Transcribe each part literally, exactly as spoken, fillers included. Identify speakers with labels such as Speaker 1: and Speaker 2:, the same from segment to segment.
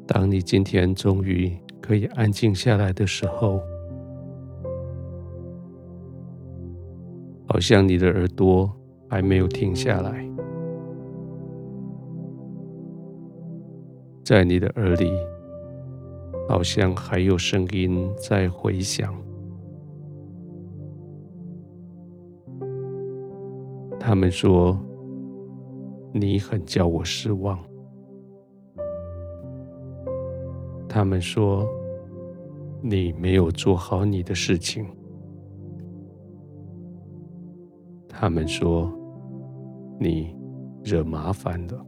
Speaker 1: 当你今天终于可以安静下来的时候，好像你的耳朵还没有停下来，在你的耳里好像还有声音在回响。他们说，你很叫我失望。他们说，你没有做好你的事情。他们说，你惹麻烦了。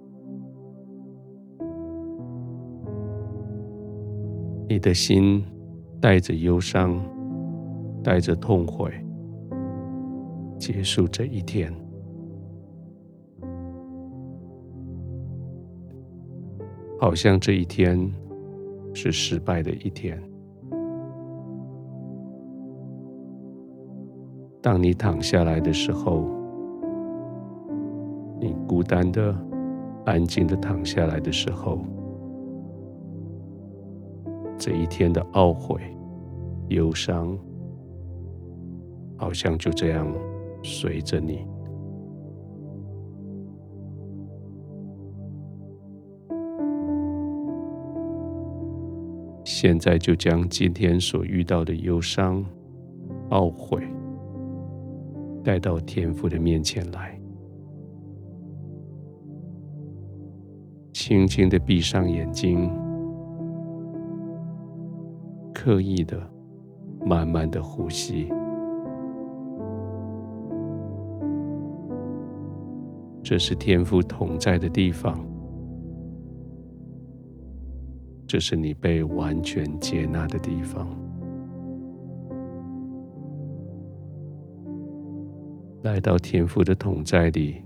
Speaker 1: 你的心带着忧伤，带着痛悔，结束这一天。好像这一天是失败的一天。当你躺下来的时候，你孤单的、安静的躺下来的时候，这一天的懊悔、忧伤，好像就这样随着你。现在就将今天所遇到的忧伤、懊悔带到天父的面前来，轻轻地闭上眼睛，刻意的、慢慢的呼吸。这是天父同在的地方，这是你被完全接纳的地方。来到天父的同在里，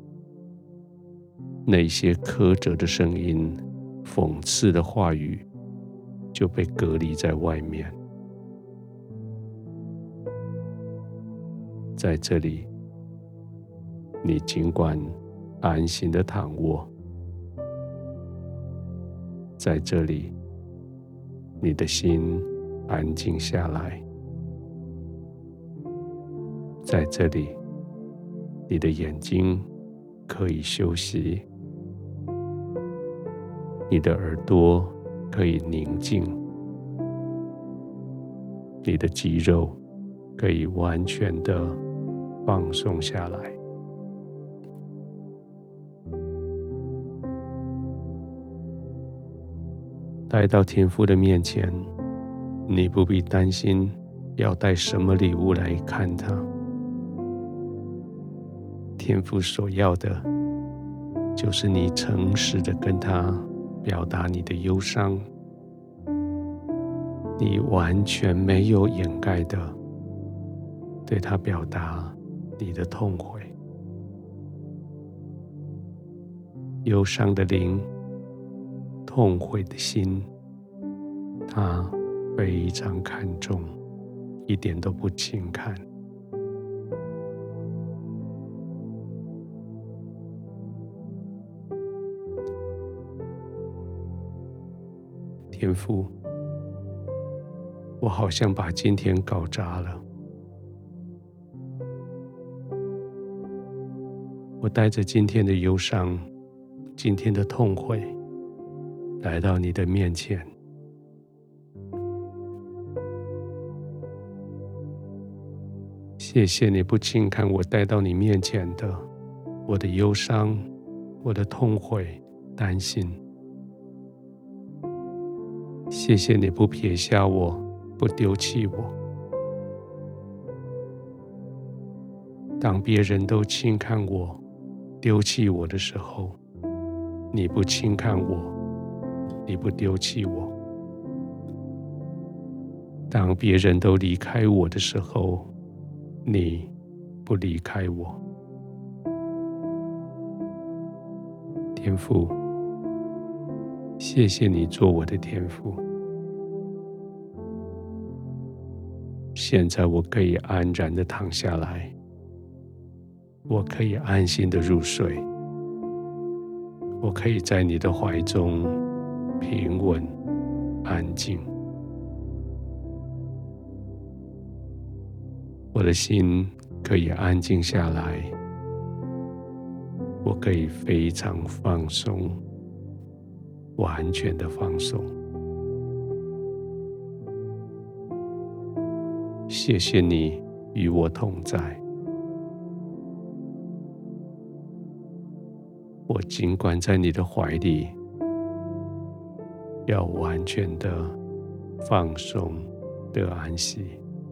Speaker 1: 那些苛责的声音、讽刺的话语就被隔离在外面。在这里，你尽管安心的躺卧，在这里，你的心安静下来，在这里，你的眼睛可以休息，你的耳朵可以宁静，你的肌肉可以完全的放松下来。来到天父的面前，你不必担心要带什么礼物来看他。天父所要的，就是你诚实的跟他表达你的忧伤，你完全没有掩盖的对他表达你的痛悔。忧伤的灵，痛悔的心，他非常看重，一点都不轻看。天父，我好像把今天搞砸了。我带着今天的忧伤，今天的痛悔，来到你的面前。谢谢你不轻看我带到你面前的我的忧伤，我的痛悔、担心。谢谢你不撇下我，不丢弃我。当别人都轻看我、丢弃我的时候，你不轻看我，你不丢弃我。当别人都离开我的时候，你不离开我。天父，谢谢你做我的天父。现在我可以安然地躺下来，我可以安心地入睡，我可以在你的怀中平稳、安静。我的心可以安静下来，我可以非常放松，完全的放松。谢谢你与我同在。我尽管在你的怀里，要完全的放松的安息。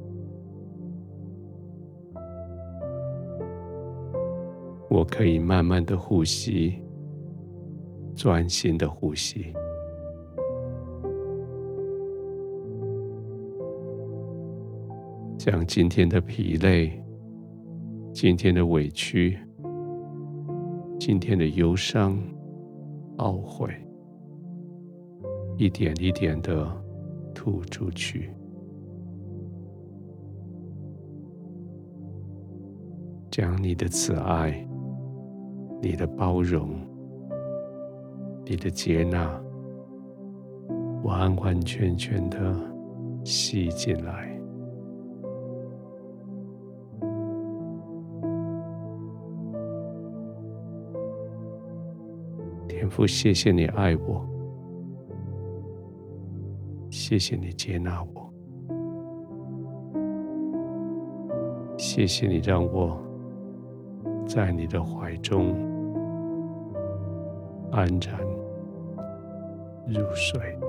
Speaker 1: 我可以慢慢的呼吸，专心的呼吸。将今天的疲累、今天的委屈、今天的忧伤、懊悔，一点一点的吐出去。将你的慈爱、你的包容、你的接纳，完完全全的吸进来。天父，谢谢你爱我，谢谢你接纳我，谢谢你让我在你的怀中安然入睡。